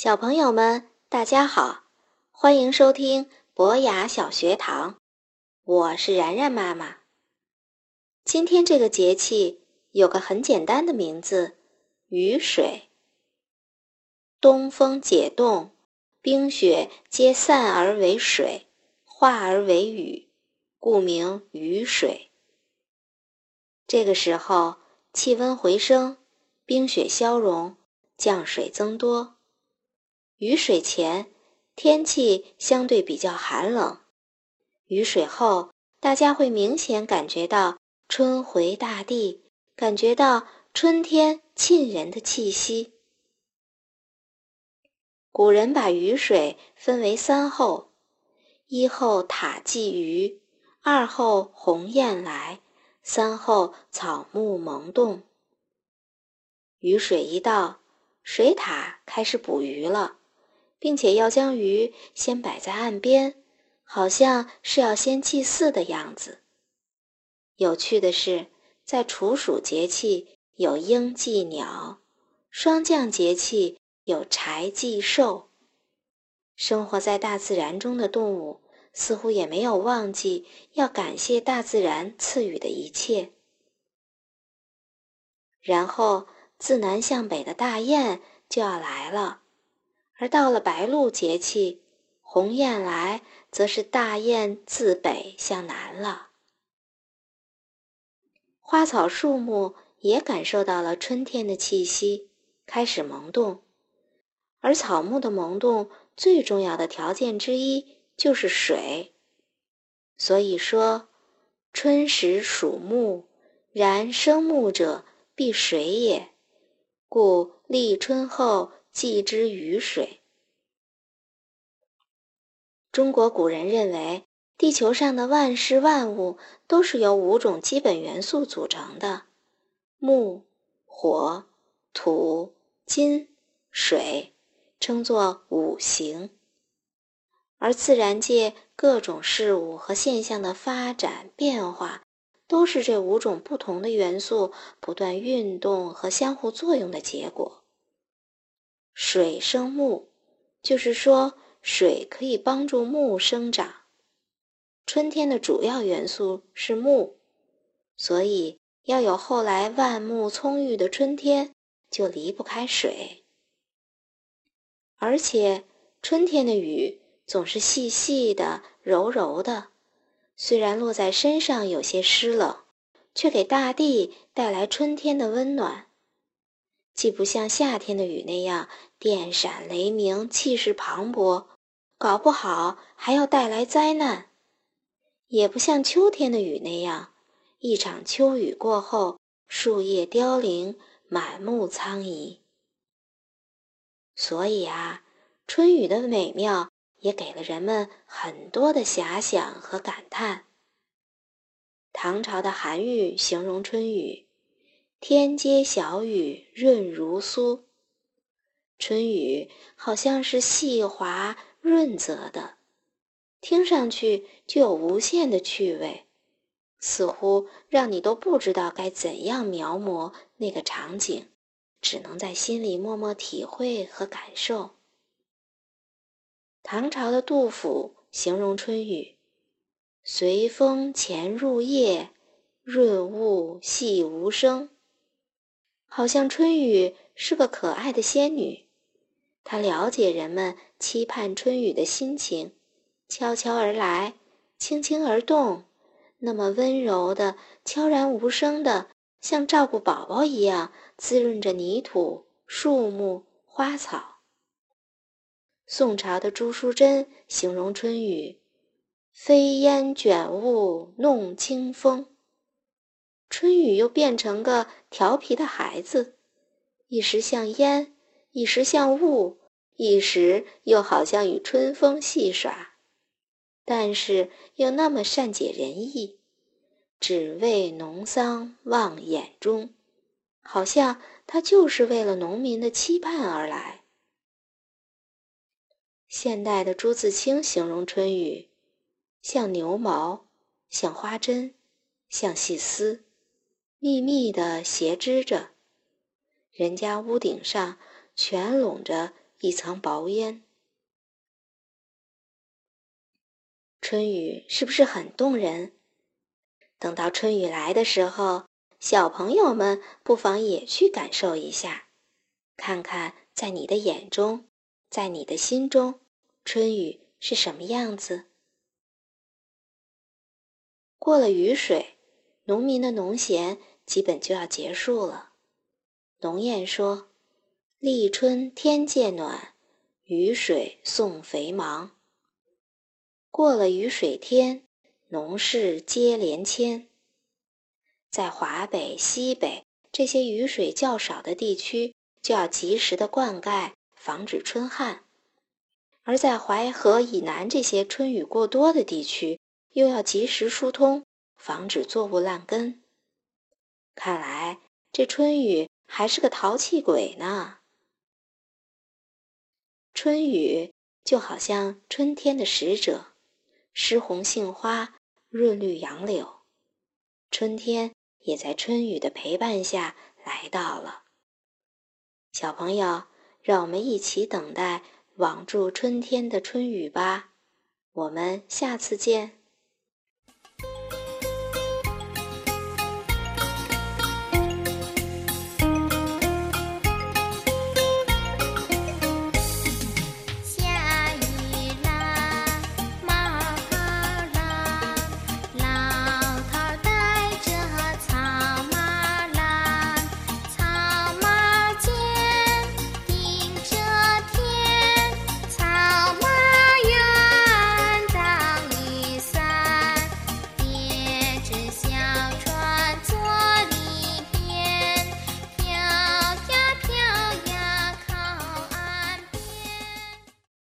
小朋友们，大家好，欢迎收听博雅小学堂，我是然然妈妈。今天这个节气有个很简单的名字，雨水。东风解冻，冰雪皆散而为水，化而为雨，故名雨水。这个时候，气温回升，冰雪消融，降水增多。雨水前，天气相对比较寒冷，雨水后，大家会明显感觉到春回大地，感觉到春天沁人的气息。古人把雨水分为三候：一候塔鲫鱼，二候鸿雁来，三候草木萌动。雨水一到，水獭开始捕鱼了，并且要将鱼先摆在岸边，好像是要先祭祀的样子。有趣的是，在处暑节气有鹰祭鸟，霜降节气有柴祭兽。生活在大自然中的动物似乎也没有忘记要感谢大自然赐予的一切。然后自南向北的大雁就要来了，而到了白露节气，鸿雁来则是大雁自北向南了。花草树木也感受到了春天的气息，开始萌动。而草木的萌动最重要的条件之一就是水。所以说，春时属木，然生木者必水也，故立春后祭之雨水。中国古人认为，地球上的万事万物都是由5种基本元素组成的：木、火、土、金、水，称作五行。而自然界各种事物和现象的发展变化，都是这5种不同的元素不断运动和相互作用的结果。水生木，就是说水可以帮助木生长。春天的主要元素是木，所以要有后来万木葱郁的春天，就离不开水。而且春天的雨总是细细的、柔柔的，虽然落在身上有些湿冷，却给大地带来春天的温暖。既不像夏天的雨那样电闪雷鸣、气势磅礴，搞不好还要带来灾难，也不像秋天的雨那样，一场秋雨过后，树叶凋零，满目苍夷。所以啊，春雨的美妙也给了人们很多的遐想和感叹。唐朝的韩愈形容春雨：天街小雨润如酥。春雨好像是细滑润泽的，听上去就有无限的趣味，似乎让你都不知道该怎样描摹那个场景，只能在心里默默体会和感受。唐朝的杜甫形容春雨：随风潜入夜，润物细无声。好像春雨是个可爱的仙女，她了解人们期盼春雨的心情，悄悄而来，轻轻而动，那么温柔的、悄然无声的，像照顾宝宝一样滋润着泥土、树木、花草。宋朝的朱淑珍形容春雨：飞烟卷雾弄清风。春雨又变成个调皮的孩子，一时像烟，一时像雾，一时又好像与春风戏耍，但是又那么善解人意，只为农桑望眼中，好像他就是为了农民的期盼而来。现代的朱自清形容春雨：像牛毛，像花针，像细丝，密密地斜织着，人家屋顶上全笼着一层薄烟。春雨是不是很动人？等到春雨来的时候，小朋友们不妨也去感受一下，看看在你的眼中，在你的心中，春雨是什么样子。过了雨水，农民的农闲基本就要结束了。农谚说：立春天渐暖，雨水送肥忙。过了雨水天，农事接连牵。在华北、西北这些雨水较少的地区，就要及时的灌溉，防止春旱；而在淮河以南这些春雨过多的地区，又要及时疏通，防止作物烂根。看来这春雨还是个淘气鬼呢。春雨就好像春天的使者，诗红杏花，润绿杨柳。春天也在春雨的陪伴下来到了。小朋友，让我们一起等待网住春天的春雨吧。我们下次见。